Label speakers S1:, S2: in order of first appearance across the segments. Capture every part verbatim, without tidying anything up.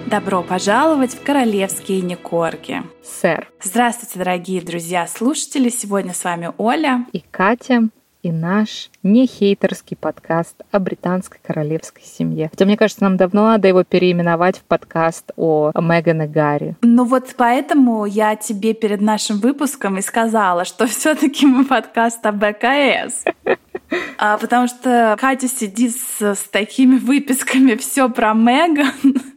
S1: Добро пожаловать в королевские некорги.
S2: Сэр.
S1: Здравствуйте, дорогие друзья, слушатели. Сегодня с вами Оля
S2: и Катя, и наш не хейтерский подкаст о британской королевской семье. Хотя, мне кажется, нам давно надо его переименовать в подкаст о Меган и Гарри.
S1: Ну вот поэтому я тебе перед нашим выпуском и сказала, что все-таки мы подкаст о БКС. А, потому что Катя сидит с, с такими выписками «Все про Меган».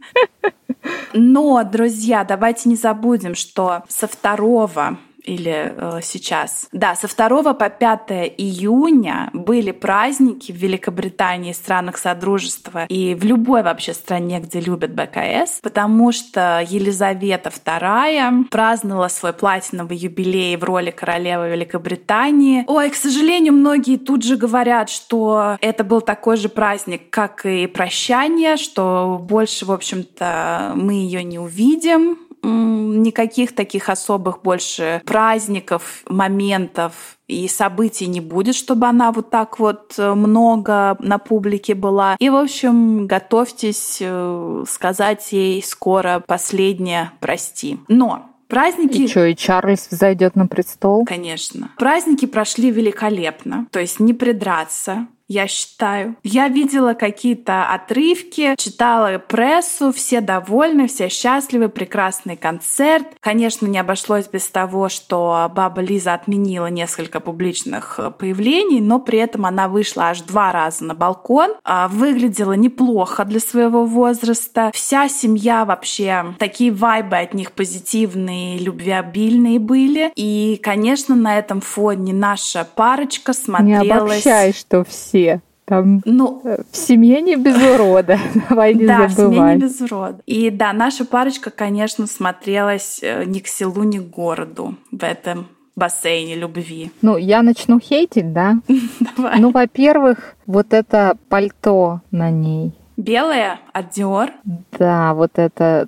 S1: Но, друзья, давайте не забудем, что со второго или э, сейчас. Да, со второго по пятое июня были праздники в Великобритании и странах Содружества и в любой вообще стране, где любят БКС, потому что Елизавета вторая праздновала свой платиновый юбилей в роли королевы Великобритании. Ой, к сожалению, многие тут же говорят, что это был такой же праздник, как и прощание, что больше, в общем-то, мы ее не увидим. Никаких таких особых больше праздников, моментов и событий не будет, чтобы она вот так вот много на публике была. И, в общем, готовьтесь сказать ей скоро последнее «прости». Но праздники...
S2: И что, и Чарльз взойдет на престол?
S1: Конечно. Праздники прошли великолепно, то есть не придраться. Я считаю. Я видела какие-то отрывки, читала прессу, все довольны, все счастливы, прекрасный концерт. Конечно, не обошлось без того, что баба Лиза отменила несколько публичных появлений, но при этом она вышла аж два раза на балкон, выглядела неплохо для своего возраста. Вся семья вообще, такие вайбы от них позитивные, любвеобильные были. И, конечно, на этом фоне наша парочка смотрелась...
S2: Не обобщай, что все. Там
S1: ну,
S2: в семье не без урода, давай не
S1: да,
S2: забывай.
S1: Да, в семье не без урода. И да, наша парочка, конечно, смотрелась ни к селу, ни к городу в этом бассейне любви.
S2: Ну, я начну хейтить, да?
S1: Давай.
S2: Ну, во-первых, вот это пальто на ней.
S1: Белое от Dior?
S2: Да, вот это...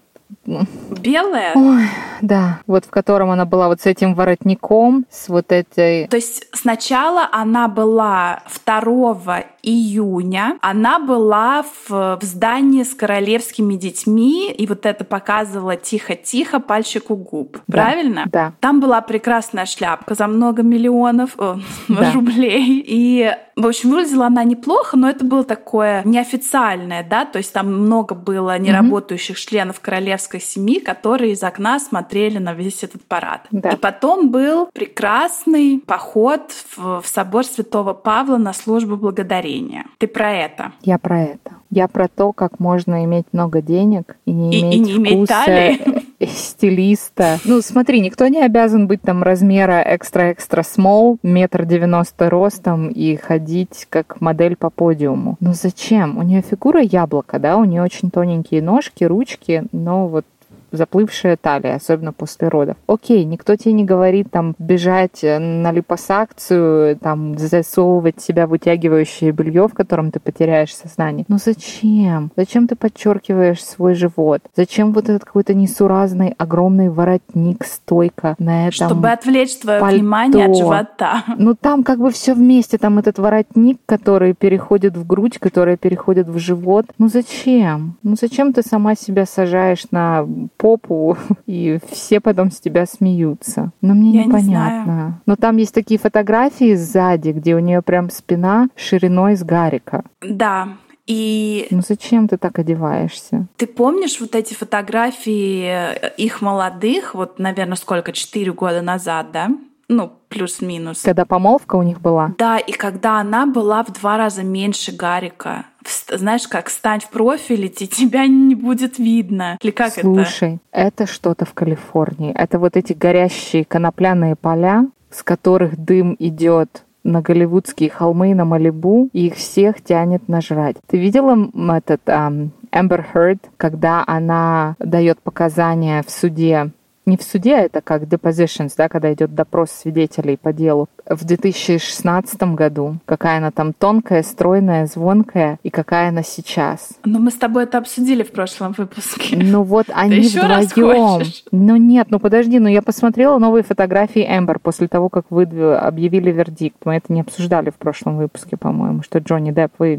S1: Белая?
S2: Ой, да, вот в котором она была вот с этим воротником, с вот этой...
S1: То есть сначала она была второго июня, она была в, в здании с королевскими детьми, и вот это показывала тихо-тихо пальчик у губ.
S2: Да,
S1: правильно?
S2: Да.
S1: Там была прекрасная шляпка за много миллионов о,
S2: да.
S1: рублей. И, в общем, выглядела она неплохо, но это было такое неофициальное, да, то есть там много было неработающих mm-hmm. членов королевской семьи, которые из окна смотрели на весь этот парад.
S2: Да.
S1: И потом был прекрасный поход в, в собор Святого Павла на службу благодарения. Ты про это?
S2: Я про это. Я про то, как можно иметь много денег и не
S1: и,
S2: иметь
S1: и не
S2: вкуса
S1: иметь талии.
S2: Стилиста. Ну, смотри, никто не обязан быть там размера экстра-экстра small, метр девяносто ростом и ходить как модель по подиуму. Но зачем? У нее фигура яблока, да, у нее очень тоненькие ножки, ручки, но вот заплывшая талия, особенно после родов. Окей, никто тебе не говорит там бежать на липосакцию, там засовывать себя в вытягивающее белье, в котором ты потеряешь сознание. Но зачем? Зачем ты подчеркиваешь свой живот? Зачем вот этот какой-то несуразный огромный воротник, стойка на этом
S1: Чтобы отвлечь твое
S2: пальто.
S1: Внимание от живота.
S2: Ну там как бы все вместе, там этот воротник, который переходит в грудь, который переходит в живот. Ну зачем? Ну зачем ты сама себя сажаешь на попу, и все потом с тебя смеются. Но мне
S1: Я
S2: непонятно.
S1: Не
S2: Но там есть такие фотографии сзади, где у нее прям спина шириной с Гарика.
S1: Да. И...
S2: Ну зачем ты так одеваешься?
S1: Ты помнишь вот эти фотографии их молодых, вот, наверное, сколько, четыре года назад, да? Ну, плюс-минус.
S2: Когда помолвка у них была?
S1: Да, и когда она была в два раза меньше Гарика. Знаешь, как стань в профиль, и тебя не будет видно. Или как
S2: Слушай,
S1: это?
S2: Слушай, это что-то в Калифорнии. Это вот эти горящие конопляные поля, с которых дым идет на голливудские холмы, на Малибу, и их всех тянет нажрать. Ты видела этот Эмбер Хёрд, когда она дает показания в суде? Не в суде, это как depositions, да, когда идет допрос свидетелей по делу. В две тысячи шестнадцатом году. Какая она там тонкая, стройная, звонкая, и какая она сейчас.
S1: Ну, мы с тобой это обсудили в прошлом выпуске.
S2: Ну вот они вдвоем. Ну нет, ну подожди, ну я посмотрела новые фотографии Эмбер после того, как вы объявили вердикт. Мы это не обсуждали в прошлом выпуске, по-моему, что Джонни Депп выиграл.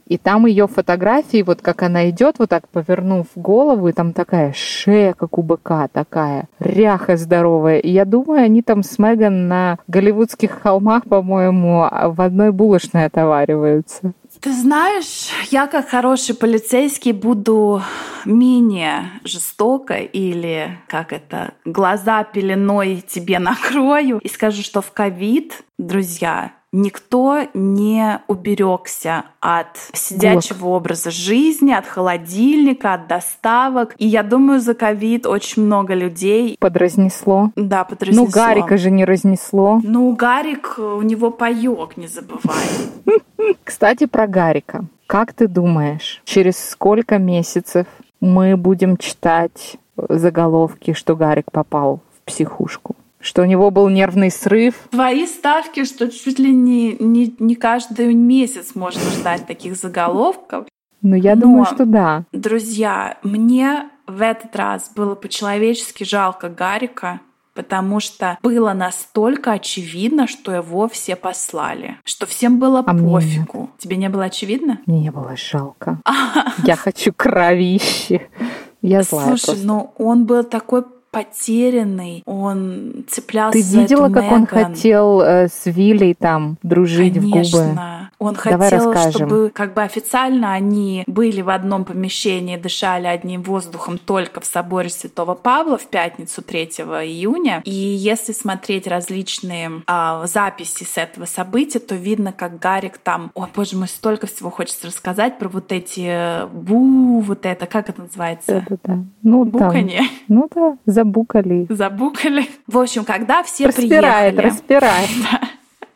S2: И там ее фотографии, вот как она идет, вот так повернув голову, и там такая шея, как у быка, такая ряха здоровая. И я думаю, они там с Меган на голливудских холмах, по-моему, в одной булочной отовариваются.
S1: Ты знаешь, я как хороший полицейский буду менее жестоко или, как это, глаза пеленой тебе накрою и скажу, что в ковид, друзья, никто не уберегся от сидячего вот. образа жизни, от холодильника, от доставок. И я думаю, за ковид очень много людей...
S2: Подразнесло.
S1: Да, подразнесло.
S2: Ну, Гарика же не разнесло.
S1: Ну, Гарик, у него паёк, не забывай.
S2: Кстати, про Гарика. Как ты думаешь, через сколько месяцев мы будем читать заголовки, что Гарик попал в психушку? Что у него был нервный срыв?
S1: Твои ставки, что чуть ли не, не, не каждый месяц можно ждать таких заголовков.
S2: Ну, я
S1: Но,
S2: думаю, что да.
S1: Друзья, мне в этот раз было по-человечески жалко Гарика, потому что было настолько очевидно, что его все послали, что всем было
S2: а
S1: пофигу. Тебе не было очевидно?
S2: Мне не было жалко. Я хочу кровище. Я злая просто.
S1: Слушай, ну он был такой потерянный, он цеплялся
S2: Ты
S1: за
S2: видела,
S1: эту
S2: как
S1: Меган.
S2: он хотел э, с Виллей там дружить
S1: Конечно.
S2: в губы?
S1: Он
S2: Давай
S1: хотел,
S2: расскажем.
S1: чтобы как бы официально они были в одном помещении, дышали одним воздухом только в соборе Святого Павла в пятницу третьего июня. И если смотреть различные э, записи с этого события, то видно, как Гарик там... О, боже мой, столько всего хочется рассказать про вот эти бу, вот это, как это называется?
S2: Да-да-да. Ну,
S1: буканье.
S2: Там, ну да, забукали.
S1: Забукали. В общем, когда все
S2: распирает,
S1: приехали...
S2: Распирает,
S1: распирает.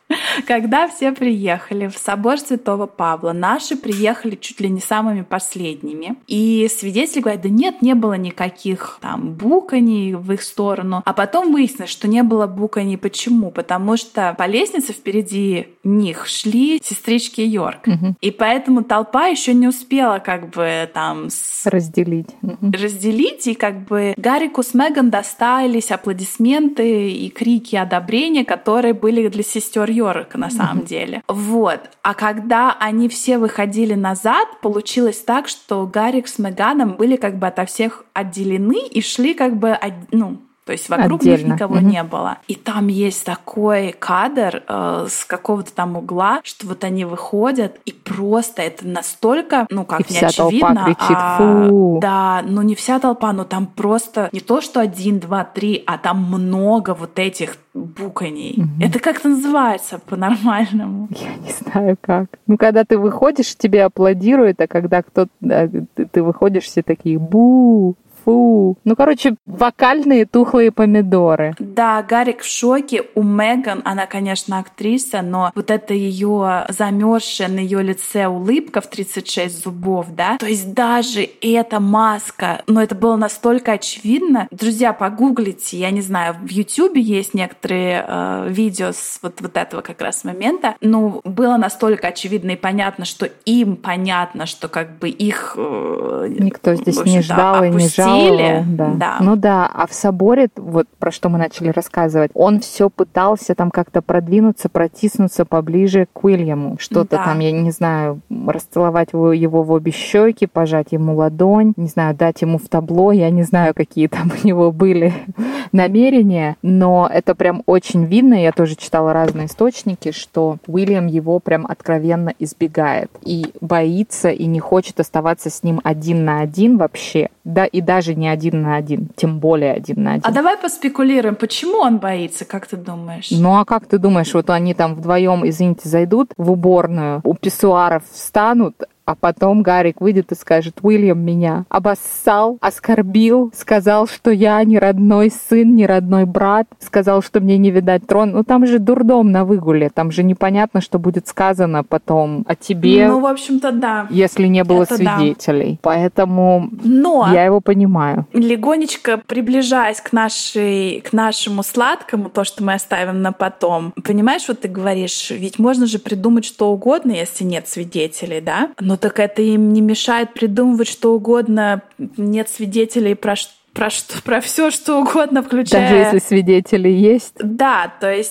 S1: Когда все приехали в собор Святого Павла, наши приехали чуть ли не самыми последними. И свидетели говорят, да нет, не было никаких там буканий в их сторону. А потом выяснилось, что не было буканий. Почему? Потому что по лестнице впереди них шли сестрички Йорк. Угу. И поэтому толпа еще не успела как бы там... С...
S2: Разделить. Угу.
S1: Разделить. И как бы Гарику с Меган достались аплодисменты и крики одобрения, которые были для сестер Йорк на самом mm-hmm. деле. Вот. А когда они все выходили назад, получилось так, что Гарик с Меганом были как бы ото всех отделены и шли как бы, ну, то есть вокруг
S2: Отдельно.
S1: них никого
S2: Mm-hmm.
S1: не было. И там есть такой кадр э, с какого-то там угла, что вот они выходят, и просто это настолько, ну как,
S2: и
S1: не очевидно.
S2: Толпа кричит,
S1: а,
S2: фу.
S1: Да, ну не вся толпа, но там просто не то, что один, два, три, а там много вот этих буканий. Mm-hmm. Это как это называется по-нормальному?
S2: Я не знаю как. Ну, когда ты выходишь, тебе аплодируют, а когда кто-то да, ты, ты выходишь, все такие бу. Фу. Ну, короче, вокальные тухлые помидоры.
S1: Да, Гарик в шоке. У Меган, она, конечно, актриса, но вот это ее замерзшая на ее лице улыбка в тридцать шесть зубов, да, то есть даже эта маска, но это было настолько очевидно. Друзья, погуглите, я не знаю, в Ютубе есть некоторые э, видео с вот, вот этого как раз момента, но было настолько очевидно и понятно, что им понятно, что как бы их э,
S2: никто здесь
S1: общем,
S2: не ждал
S1: да,
S2: и не ждал. Да.
S1: Да.
S2: Ну да, а в соборе, вот про что мы начали рассказывать, он все пытался там как-то продвинуться, протиснуться поближе к Уильяму. Что-то
S1: да.
S2: там, я не знаю, расцеловать его, его в обе щеки, пожать ему ладонь, не знаю, дать ему в табло, я не знаю, какие там у него были намерения, но это прям очень видно, я тоже читала разные источники, что Уильям его прям откровенно избегает и боится, и не хочет оставаться с ним один на один вообще, да, и даже не один на один, тем более один на один.
S1: А давай поспекулируем, почему он боится, как ты думаешь?
S2: Ну а как ты думаешь, вот они там вдвоем, извините, зайдут в уборную, у писсуаров встанут, а потом Гарик выйдет и скажет: Уильям меня обоссал, оскорбил, сказал, что я не родной сын, не родной брат, сказал, что мне не видать трон. Ну там же дурдом на выгуле, там же непонятно, что будет сказано потом о тебе.
S1: Ну, в общем-то, да.
S2: Если не было
S1: Это
S2: свидетелей. Да. Поэтому
S1: Но
S2: я его понимаю.
S1: Легонечко приближаясь к, нашей, к нашему сладкому, то, что мы оставим на потом. Понимаешь, вот ты говоришь, ведь можно же придумать что угодно, если нет свидетелей, да? Но так это им не мешает придумывать что угодно, нет свидетелей про что. Про, что, про все, что угодно, включая...
S2: Даже если свидетели есть?
S1: Да, то есть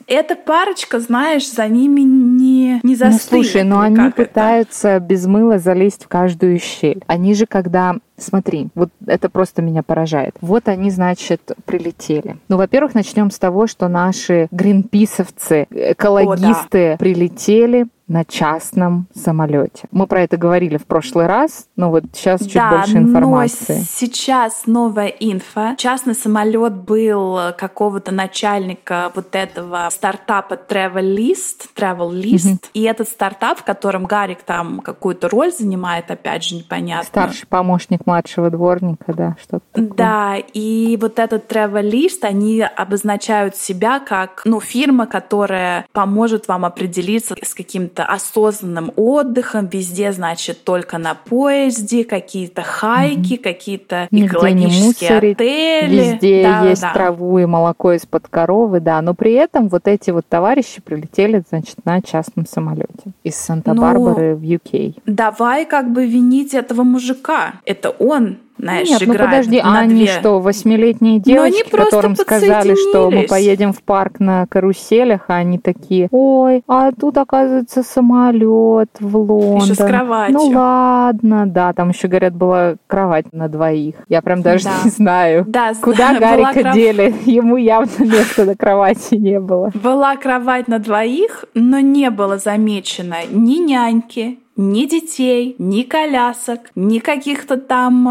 S1: Эта парочка, знаешь, за ними не, не застынет.
S2: Ну, слушай, но они пытаются это? без мыла залезть в каждую щель. Они же, когда... Смотри, вот это просто меня поражает. Вот они, значит, прилетели. Ну, во-первых, начнем с того, что наши гринписовцы, экологисты О, да. прилетели на частном самолете. Мы про это говорили в прошлый раз, но вот сейчас чуть
S1: да,
S2: больше информации.
S1: Но сейчас новая инфа. Частный самолет был какого-то начальника вот этого стартапа Travel List, Travel List. Mm-hmm. И этот стартап, в котором Гарик там какую-то роль занимает, опять же, непонятно.
S2: Старший помощник младшего дворника, да, что-то такое.
S1: Да, и вот этот Travel List, они обозначают себя как, ну, фирма, которая поможет вам определиться с каким-то осознанным отдыхом, везде, значит, только на поезде, какие-то хайки, mm-hmm. какие-то экологические мусорить, отели.
S2: Везде
S1: да,
S2: есть
S1: да.
S2: траву и молоко из-под коровы, да, но при этом вот эти вот товарищи прилетели, значит, на частном самолете из Санта-Барбары ну, в ю кей.
S1: Давай как бы винить этого мужика. Это он, знаешь,
S2: Нет, ну подожди, а они
S1: две...
S2: что, восьмилетние девочки, которым сказали, что мы поедем в парк на каруселях, а они такие, ой, а тут, оказывается, самолет в Лондон.
S1: Еще с кроватью.
S2: Ну ладно, да, там еще, говорят, была кровать на двоих. Я прям даже да. не знаю,
S1: да,
S2: куда Гарика кров... дели. Ему явно места на кровати не было.
S1: Была кровать на двоих, но не было замечено ни няньки, ни детей, ни колясок, ни каких-то там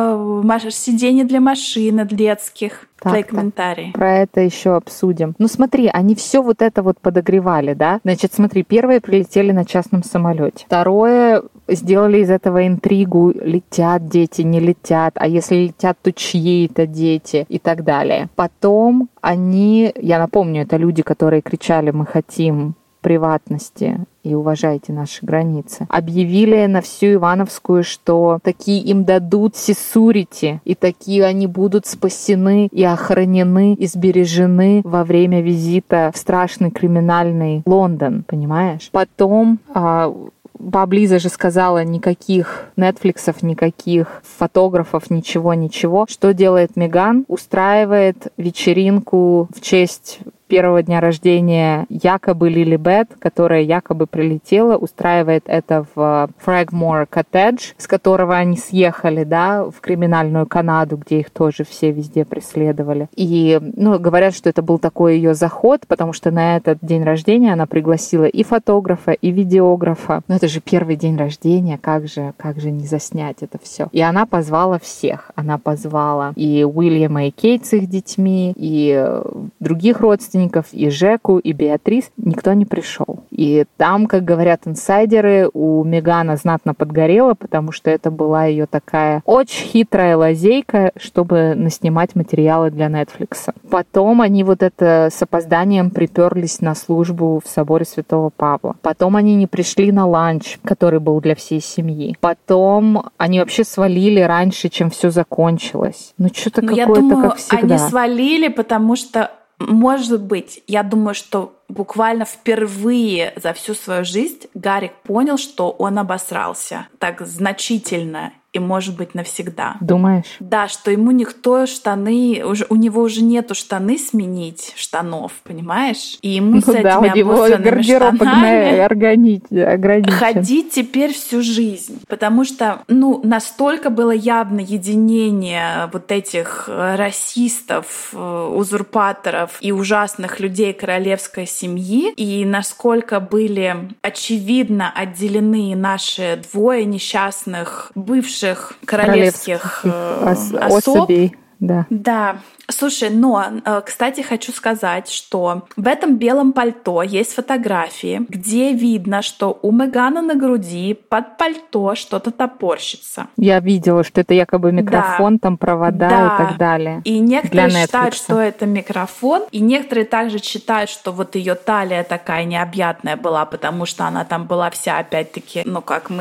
S1: э, сидений для машин детских. Твои комментарии.
S2: Про это еще обсудим. Ну смотри, они все вот это вот подогревали, да? Значит, смотри, первые прилетели на частном самолете. Второе, сделали из этого интригу, летят дети, не летят, а если летят, то чьи это дети и так далее. Потом они, я напомню, это люди, которые кричали, мы хотим приватности и уважайте наши границы. Объявили на всю Ивановскую, что такие им дадут сесурити, и такие они будут спасены и охранены, и сбережены во время визита в страшный криминальный Лондон, понимаешь? Потом... А, Баблиза же сказала, никаких Нетфликсов, никаких фотографов, ничего-ничего. Что делает Меган? Устраивает вечеринку в честь первого дня рождения якобы Лили Бет, которая якобы прилетела, устраивает это в Фрэгмор Коттедж, с которого они съехали, да, в криминальную Канаду, где их тоже все везде преследовали. И, ну, говорят, что это был такой ее заход, потому что на этот день рождения она пригласила и фотографа, и видеографа. Но это же первый день рождения, как же, как же не заснять это все. И она позвала всех. Она позвала и Уильяма, и Кейт с их детьми, и других родственников, и Жеку, и Беатрис. Никто не пришел. И там, как говорят инсайдеры, у Мегана знатно подгорело, потому что это была ее такая очень хитрая лазейка, чтобы наснимать материалы для Netflix. Потом они вот это с опозданием приперлись на службу в соборе Святого Павла. Потом они не пришли на ланч, который был для всей семьи. Потом они вообще свалили раньше, чем все закончилось. Ну, что-то какое-то,
S1: я думаю,
S2: как всегда.
S1: Они свалили, потому что может быть, я думаю, что буквально впервые за всю свою жизнь Гарик понял, что он обосрался так значительно и, может быть, навсегда.
S2: Думаешь?
S1: Да, что ему никто штаны... Уже, у него уже нету штаны сменить, штанов, понимаешь? И ему ну с
S2: да,
S1: этими обоссанными штанами
S2: ограничен.
S1: ходить теперь всю жизнь. Потому что, ну, настолько было явно единение вот этих расистов, узурпаторов и ужасных людей королевской семьи, и насколько были очевидно отделены наши двое несчастных бывших королевских, королевских
S2: ос- особ. Особей. Да.
S1: Да. Слушай, но, кстати, хочу сказать, что в этом белом пальто есть фотографии, где видно, что у Мегана на груди под пальто что-то топорщится.
S2: Я видела, что это якобы микрофон, да. там провода да. и так далее.
S1: И некоторые считают, что это микрофон, и некоторые также считают, что вот ее талия такая необъятная была, потому что она там была вся, опять-таки, ну, как мы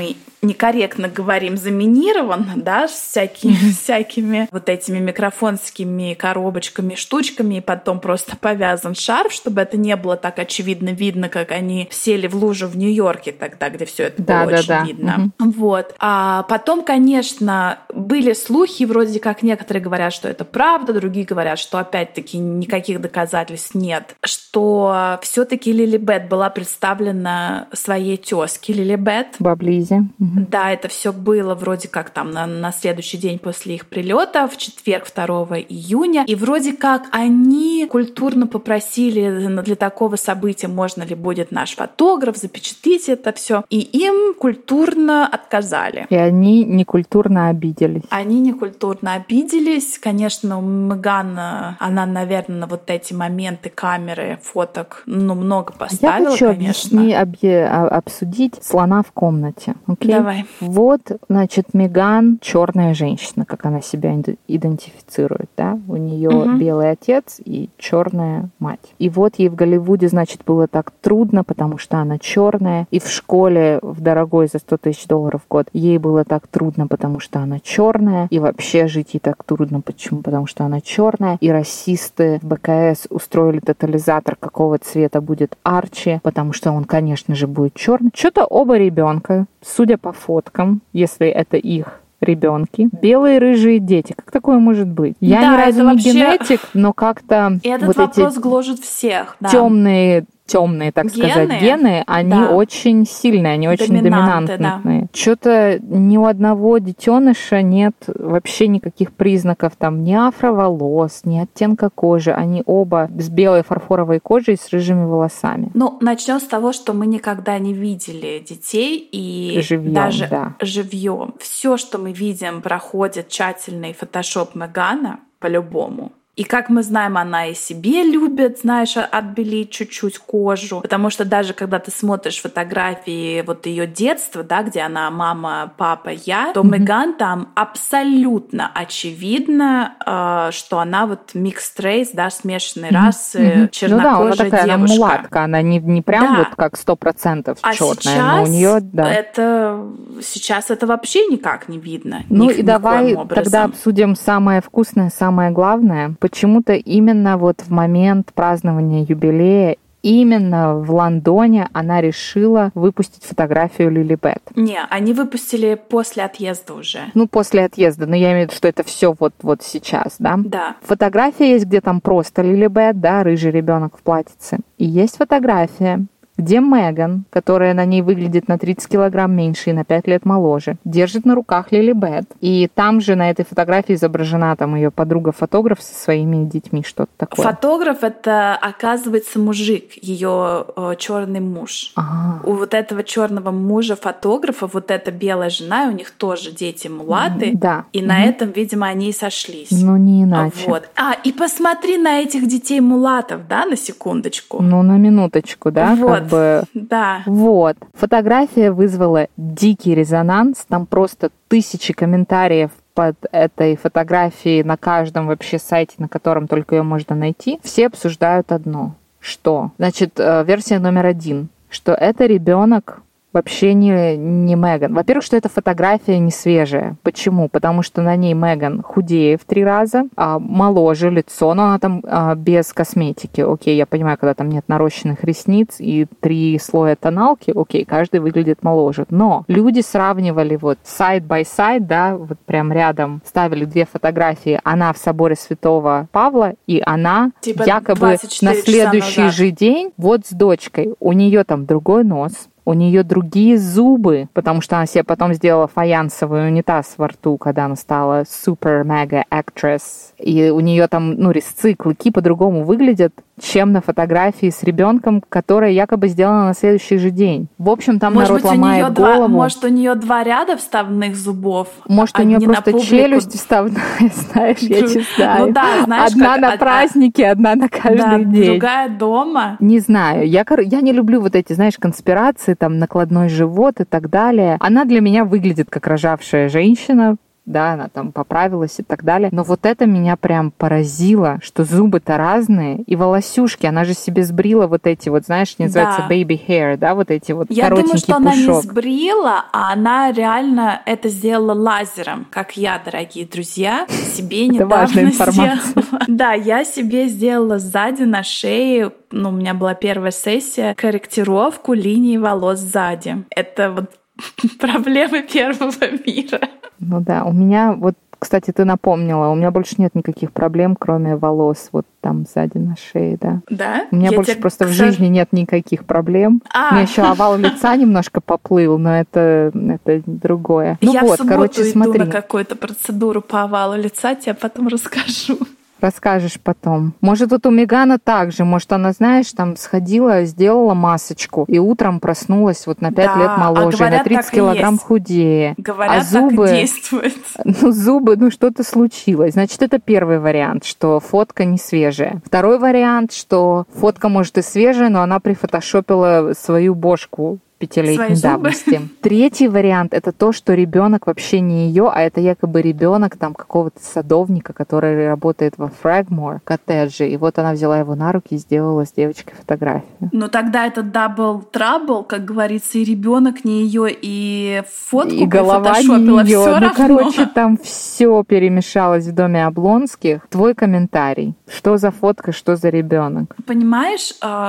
S1: некорректно говорим, заминирован, да, всякими, всякими вот этими микрофонскими коробочками, штучками, и потом просто повязан шарф, чтобы это не было так очевидно видно, как они сели в лужу в Нью-Йорке тогда, где все это
S2: да,
S1: было
S2: да,
S1: очень
S2: да.
S1: видно.
S2: Угу.
S1: Вот. А потом, конечно, были слухи, вроде как некоторые говорят, что это правда, другие говорят, что опять-таки никаких доказательств нет, что все-таки Лилибет была представлена своей тезке Лилибет.
S2: Баблизе. Угу.
S1: Да, это все было вроде как там на, на следующий день после их прилета, в четверг, второго июня. И вроде как они культурно попросили для такого события, можно ли будет наш фотограф запечатлеть это все. И им культурно отказали.
S2: И они некультурно обиделись.
S1: Они некультурно обиделись. Конечно, Меган, она, наверное, на вот эти моменты камеры, фоток, ну, много поставила,
S2: Я хочу
S1: конечно.
S2: объясни, объ... обсудить слона в комнате. Okay?
S1: Давай.
S2: Вот, значит, Меган черная женщина, как она себя идентифицирует, да? У нее угу. белый отец и черная мать. И вот ей в Голливуде, значит, было так трудно, потому что она черная. И в школе в дорогой за сто тысяч долларов в год ей было так трудно, потому что она черная. И вообще жить ей так трудно, почему? Потому что она черная. И расисты в БКС устроили тотализатор, какого цвета будет Арчи, потому что он, конечно же, будет черный. Что-то оба ребенка, судя по фоткам, если это их ребенки, белые рыжие дети. Как такое может быть? Я
S1: да,
S2: ни разу не
S1: вообще...
S2: генетик, но как-то
S1: и этот
S2: вот
S1: вопрос
S2: эти
S1: гложет всех. Да.
S2: темные темные, так
S1: гены,
S2: сказать, гены, они
S1: да.
S2: очень сильные, они очень
S1: Доминанты,
S2: доминантные.
S1: Да.
S2: Что-то ни у одного детеныша нет вообще никаких признаков там ни афроволос, ни оттенка кожи. Они оба с белой фарфоровой кожей и с рыжими волосами.
S1: Ну, начнем с того, что мы никогда не видели детей и
S2: живьем,
S1: даже
S2: да.
S1: живьем. Все, что мы видим, проходит тщательный фотошоп Мегана по-любому. И как мы знаем, она и себе любит, знаешь, отбелить чуть-чуть кожу. Потому что даже когда ты смотришь фотографии вот ее детства, да, где она мама, папа, я, то mm-hmm. Меган там абсолютно очевидно, э, что она вот mixed race, да, смешанной mm-hmm. расы, mm-hmm. чернокожая
S2: ну да, она такая,
S1: девушка.
S2: Она мулатка, она не, не прям
S1: да.
S2: вот как сто процентов
S1: а
S2: черная, но у нее, да.
S1: Это, сейчас это вообще никак не видно.
S2: Ну
S1: ни,
S2: и давай
S1: образом.
S2: Тогда обсудим самое вкусное, самое главное. Почему-то именно вот в момент празднования юбилея именно в Лондоне она решила выпустить фотографию Лилибет.
S1: Не, они выпустили после отъезда уже.
S2: Ну, после отъезда, но я имею в виду, что это все вот, вот сейчас, да?
S1: Да.
S2: Фотография есть, где там просто Лилибет, да, рыжий ребенок в платьице. И есть фотография, где Меган, которая на ней выглядит на тридцать килограмм меньше и на пять лет моложе, держит на руках Лилибет. И там же на этой фотографии изображена там ее подруга-фотограф со своими детьми, что-то такое.
S1: Фотограф — это, оказывается, мужик, ее э, черный муж.
S2: Ага.
S1: У вот этого черного мужа-фотографа вот эта белая жена, и у них тоже дети мулаты.
S2: Да.
S1: И угу. на этом, видимо, они и сошлись.
S2: Ну, не иначе.
S1: Вот. А, и посмотри на этих детей мулатов, да, на секундочку.
S2: Ну, на минуточку, да,
S1: вот.
S2: как бы...
S1: Да.
S2: Вот. Фотография вызвала дикий резонанс. Там просто тысячи комментариев под этой фотографией на каждом вообще сайте, на котором только ее можно найти. Все обсуждают одно. Что? Значит, версия номер один. Что это ребенок вообще не, не Меган. Во-первых, что эта фотография не свежая. Почему? Потому что на ней Меган худее в три раза, а, моложе лицо, но она там а, без косметики. Окей, я понимаю, когда там нет нарощенных ресниц и три слоя тоналки, окей, каждый выглядит моложе. Но люди сравнивали вот side by side, да, вот прям рядом ставили две фотографии. Она в соборе Святого Павла, и она типа якобы на следующий же день вот с дочкой. У нее там другой нос, у нее другие зубы, потому что она себе потом сделала фаянсовый унитаз во рту, когда она стала супер-мега-актрис. И у нее там, ну, резцы, клыки по-другому выглядят, чем на фотографии с ребенком, которая якобы сделана на следующий же день. В общем, там
S1: может
S2: народ
S1: быть,
S2: ломает
S1: два,
S2: голову.
S1: Может, у нее два ряда вставных зубов?
S2: Может, у нее просто челюсть вставная, знаешь, я не знаю.
S1: Ну да, знаешь,
S2: одна
S1: как,
S2: на празднике, одна на каждый
S1: да,
S2: день.
S1: Другая дома.
S2: Не знаю. Я, я не люблю вот эти, знаешь, конспирации, там, накладной живот и так далее. Она для меня выглядит как рожавшая женщина. да, она там поправилась и так далее. Но вот это меня прям поразило, что зубы-то разные, и волосюшки, она же себе сбрила вот эти вот, знаешь, называется да. baby hair, да, вот эти вот
S1: я
S2: коротенький
S1: пушок. Я думаю, что
S2: пушок.
S1: она не сбрила, а она реально это сделала лазером, как я, дорогие друзья, себе недавно сделала. Да, я себе сделала сзади на шее, ну, у меня была первая сессия, корректировку линии волос сзади. Это вот проблемы первого мира.
S2: Ну да, у меня вот, кстати, ты напомнила, у меня больше нет никаких проблем, кроме волос вот там сзади на шее, да.
S1: Да?
S2: У меня
S1: Я
S2: больше
S1: тебе,
S2: просто
S1: кстати...
S2: в жизни нет никаких проблем.
S1: А.
S2: У меня еще овал лица немножко поплыл, но это, это другое. Ну
S1: Я
S2: вот,
S1: в субботу
S2: короче,
S1: иду
S2: смотри.
S1: на какую-то процедуру по овалу лица, тебе потом расскажу.
S2: Расскажешь потом. Может, вот у Мегана так же. Может, она, знаешь, там сходила, сделала масочку, и утром проснулась вот на пять
S1: да,
S2: лет моложе,
S1: а говорят,
S2: на тридцать килограмм
S1: есть.
S2: худее.
S1: Говорят,
S2: а зубы,
S1: так и действует.
S2: Ну, зубы, ну, что-то случилось. Значит, это первый вариант, что фотка не свежая. Второй вариант, что фотка, может, и свежая, но она прифотошопила свою бошку пятилетней давности. Третий вариант — это то, что ребенок вообще не ее, а это якобы ребенок там какого-то садовника, который работает во Фрэгмор коттедже. И вот она взяла его на руки и сделала с девочкой фотографию.
S1: Ну тогда это double trouble, как говорится, и ребенок не ее, и фотку
S2: и голова не ее.
S1: Все
S2: ну,
S1: равно.
S2: короче, там все перемешалось в доме Облонских. Твой комментарий. Что за фотка, что за ребенок?
S1: Понимаешь,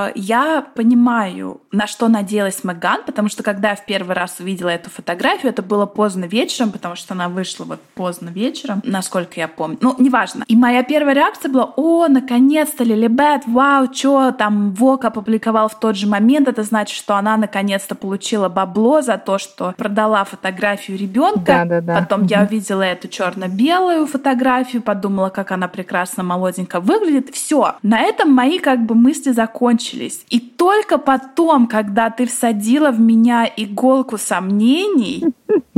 S1: я понимаю, на что надеялась Меган, потому что когда я в первый раз увидела эту фотографию, это было поздно вечером, потому что она вышла вот поздно вечером, насколько я помню. Ну, неважно. И моя первая реакция была: о, наконец-то Лилибет, вау, чё там Vogue опубликовал в тот же момент, это значит, что она наконец-то получила бабло за то, что продала фотографию ребенка.
S2: Да, да, да.
S1: Потом
S2: угу.
S1: я увидела эту черно-белую фотографию, подумала, как она прекрасно молоденько выглядит. Все. На этом мои как бы мысли закончились. И только потом, когда ты всадила в меня иголку сомнений,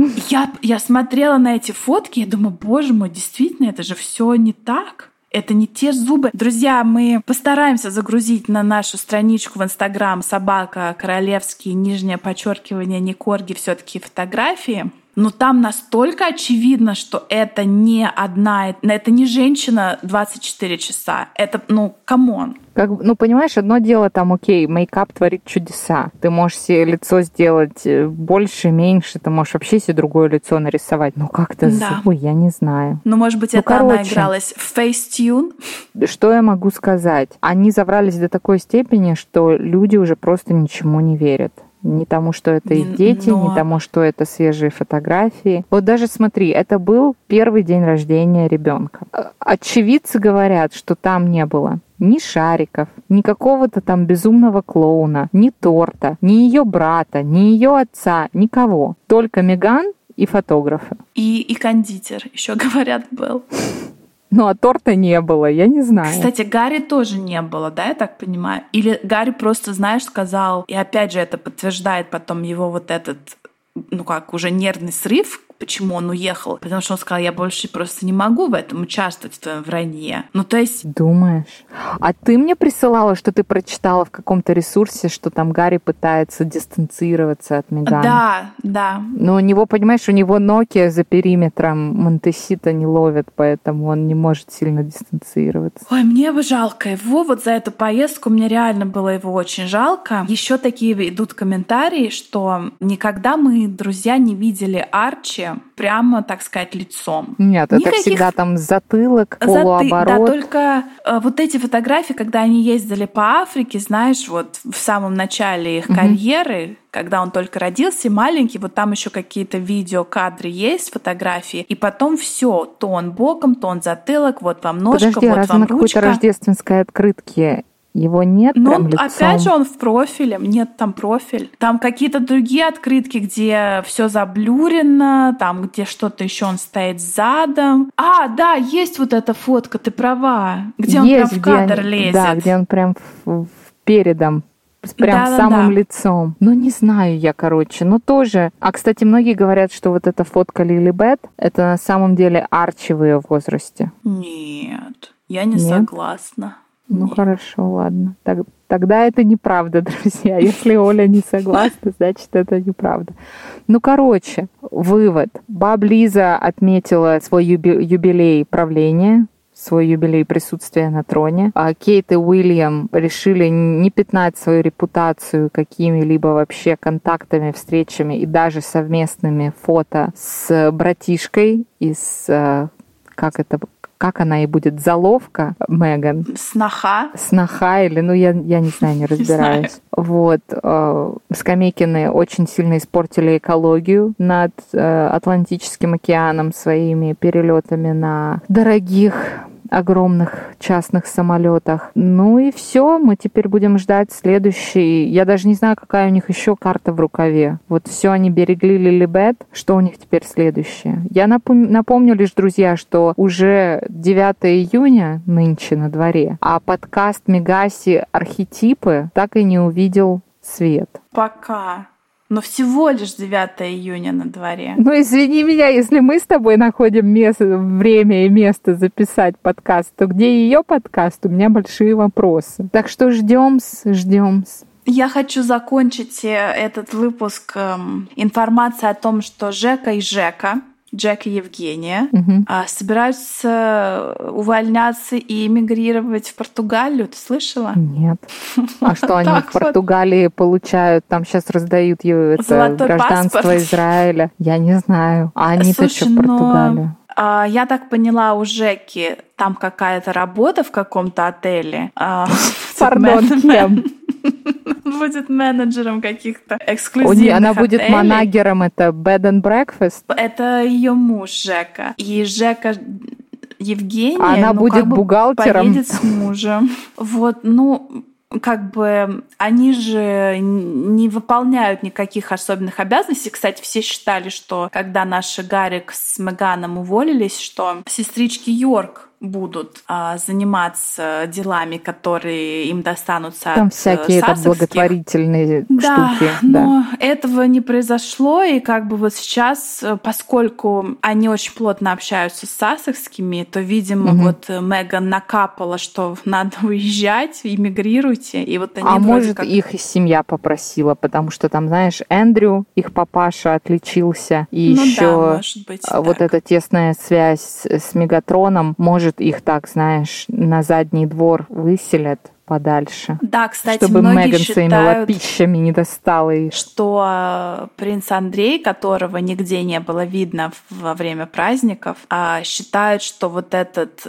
S1: я, я смотрела на эти фотки и думаю: боже мой, действительно, это же все не так. Это не те зубы. Друзья, мы постараемся загрузить на нашу страничку в Инстаграм собака королевские, нижнее подчеркивание, не корги, все-таки фотографии. Но там настолько очевидно, что это не одна, это не женщина двадцать четыре часа. Это, ну, камон.
S2: Как, ну, понимаешь, одно дело там, окей, мейкап творит чудеса. Ты можешь себе лицо сделать больше, меньше, ты можешь вообще себе другое лицо нарисовать. Ну, как-то
S1: да.
S2: зубы, я не знаю.
S1: Ну, может быть,
S2: ну,
S1: это
S2: короче,
S1: она игралась в Facetune?
S2: Что я могу сказать? Они заврались до такой степени, что люди уже просто ничему не верят. Не тому, что это их дети,
S1: но...
S2: не тому, что это свежие фотографии. Вот даже смотри, это был первый день рождения ребенка. Очевидцы говорят, что там не было ни шариков, ни какого-то там безумного клоуна, ни торта, ни ее брата, ни ее отца, никого. Только Меган и фотографы.
S1: И, и кондитер, еще говорят, был.
S2: Ну, а торта не было, я не знаю.
S1: Кстати, Гарри тоже не было, да, я так понимаю? Или Гарри просто, знаешь, сказал, и опять же это подтверждает потом его вот этот, ну как, уже нервный срыв, почему он уехал. Потому что он сказал: я больше просто не могу в этом участвовать, в твоем вранье. Ну, то есть...
S2: Думаешь? А ты мне присылала, что ты прочитала в каком-то ресурсе, что там Гарри пытается дистанцироваться от Меган.
S1: Да, да.
S2: Но у него, понимаешь, у него Nokia за периметром Монтесита не ловит, поэтому он не может сильно дистанцироваться.
S1: Ой, мне бы жалко его. Вот за эту поездку мне реально было его очень жалко. Еще такие идут комментарии, что никогда мы, друзья, не видели Арчи прямо, так сказать, лицом.
S2: Нет,
S1: Никаких...
S2: это всегда там затылок, полуоборот.
S1: Да, только э, вот эти фотографии, когда они ездили по Африке, знаешь, вот в самом начале их угу. карьеры, когда он только родился, маленький, вот там еще какие-то видеокадры есть, фотографии, и потом все, то он боком, то он затылок, вот вам ножка,
S2: Подожди,
S1: вот
S2: разве
S1: вам
S2: на
S1: ручка.
S2: Какой-то рождественской открытке его нет
S1: ну,
S2: прям лицом?
S1: Опять же, он в профиле. Нет, там профиль. Там какие-то другие открытки, где все заблюрено, там, где что-то еще он стоит задом. А, да, есть вот эта фотка, ты права. Где
S2: есть,
S1: он прям в кадр
S2: где,
S1: лезет.
S2: Да, где он прям в, в передом. Прям
S1: да,
S2: самым
S1: да.
S2: лицом. Ну, не знаю я, короче. Но тоже. А, кстати, многие говорят, что вот эта фотка Лилибет, это на самом деле Арчи в ее возрасте.
S1: Нет, я не
S2: Нет?
S1: согласна.
S2: Ну
S1: Нет.
S2: хорошо, ладно. Так, тогда это неправда, друзья. Если Оля не согласна, значит, это неправда. Ну, короче, вывод. Баб Лиза отметила свой юби- юбилей правления, свой юбилей присутствия на троне. А Кейт и Уильям решили не пятнать свою репутацию какими-либо вообще контактами, встречами и даже совместными фото с братишкой из... Как это... Как она и будет, заловка Меган?
S1: Сноха.
S2: Сноха или, ну, я, я не знаю, не разбираюсь. Не знаю. Вот. Э, Скамейкины очень сильно испортили экологию над э, Атлантическим океаном своими перелетами на дорогих огромных частных самолетах. Ну и все, мы теперь будем ждать следующий. Я даже не знаю, какая у них еще карта в рукаве. Вот все они берегли Лилибет. Что у них теперь следующее? Я напом- напомню лишь, друзья, что уже девятого июня нынче на дворе, а подкаст Мегаси «Архетипы» так и не увидел свет.
S1: Пока. Но всего лишь девятого июня на дворе.
S2: Ну, извини меня, если мы с тобой находим место, время и место записать подкаст, то где ее подкаст? У меня большие вопросы. Так что ждем-с, ждем-с.
S1: Я хочу закончить этот выпуск эм, информацией о том, что Жека и Жека, Джек и Евгения,
S2: угу.
S1: собираются увольняться и эмигрировать в Португалию. Ты слышала?
S2: Нет. А что они в Португалии получают? Там сейчас раздают гражданство Израиля. Я не знаю. А они-то что в Португалию?
S1: Я так поняла, у Жеки там какая-то работа в каком-то отеле.
S2: Пардон, кем?
S1: Будет менеджером каких-то эксклюзивных
S2: Она
S1: отелей.
S2: будет манагером, это bed and breakfast?
S1: Это ее муж Жека. И Жека Евгения,
S2: она
S1: ну,
S2: будет
S1: как бы
S2: бухгалтером.
S1: Поедет с мужем. Вот, ну, как бы они же не выполняют никаких особенных обязанностей. Кстати, все считали, что когда наши Гарик с Меганом уволились, что сестрички Йорк будут а, заниматься делами, которые им достанутся
S2: там
S1: от
S2: всякие это благотворительные
S1: да,
S2: штуки.
S1: Но да, этого не произошло, и как бы вот сейчас, поскольку они очень плотно общаются с сассекскими, то, видимо, угу. вот Меган накапала, что надо уезжать, эмигрируйте, и вот они
S2: а может,
S1: как...
S2: их семья попросила, потому что там, знаешь, Эндрю, их папаша, отличился, и
S1: ну
S2: еще
S1: да, может быть,
S2: вот
S1: так.
S2: эта тесная связь с Мегатроном, может, их так, знаешь, на задний двор выселят подальше.
S1: Да, кстати,
S2: чтобы
S1: многие
S2: Меган
S1: считают,
S2: своими лапищами не достала их.
S1: Что принц Андрей, которого нигде не было видно во время праздников, считают, что вот этот...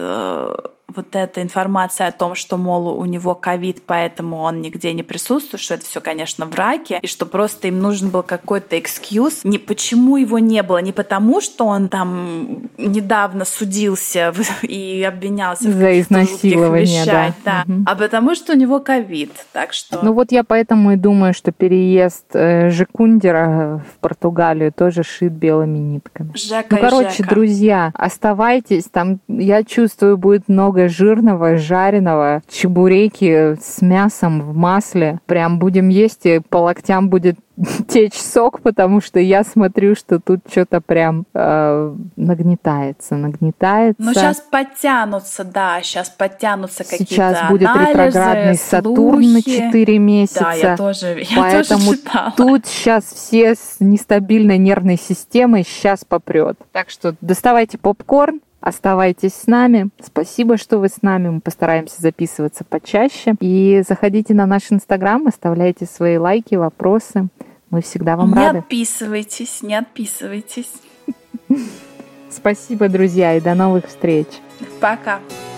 S1: вот эта информация о том, что, мол, у него ковид, поэтому он нигде не присутствует, что это все, конечно, враки, и что просто им нужен был какой-то экскьюз. Не почему его не было, не потому, что он там недавно судился и обвинялся
S2: за
S1: в
S2: изнасилование,
S1: вещах,
S2: да,
S1: да, угу. а потому, что у него ковид. Так что...
S2: Ну вот я поэтому и думаю, что переезд э, Жекундера в Португалию тоже шит белыми нитками.
S1: Жека
S2: ну, короче,
S1: Жека.
S2: Друзья, оставайтесь, там, я чувствую, будет много жирного, жареного, чебуреки с мясом в масле. Прям будем есть, и по локтям будет течь сок, потому что я смотрю, что тут что-то прям э, нагнетается, нагнетается.
S1: Ну, сейчас подтянутся, да, сейчас подтянутся какие-то
S2: Сейчас будет
S1: анализы,
S2: ретроградный
S1: слухи.
S2: Сатурн на четыре месяца.
S1: Да, я тоже, я
S2: Поэтому
S1: тоже читала.
S2: Тут сейчас все с нестабильной нервной системой сейчас попрет. Так что доставайте попкорн, оставайтесь с нами. Спасибо, что вы с нами. Мы постараемся записываться почаще. И заходите на наш Инстаграм, оставляйте свои лайки, вопросы. Мы всегда вам
S1: не
S2: рады.
S1: Не отписывайтесь, не отписывайтесь.
S2: Спасибо, друзья, и до новых встреч.
S1: Пока.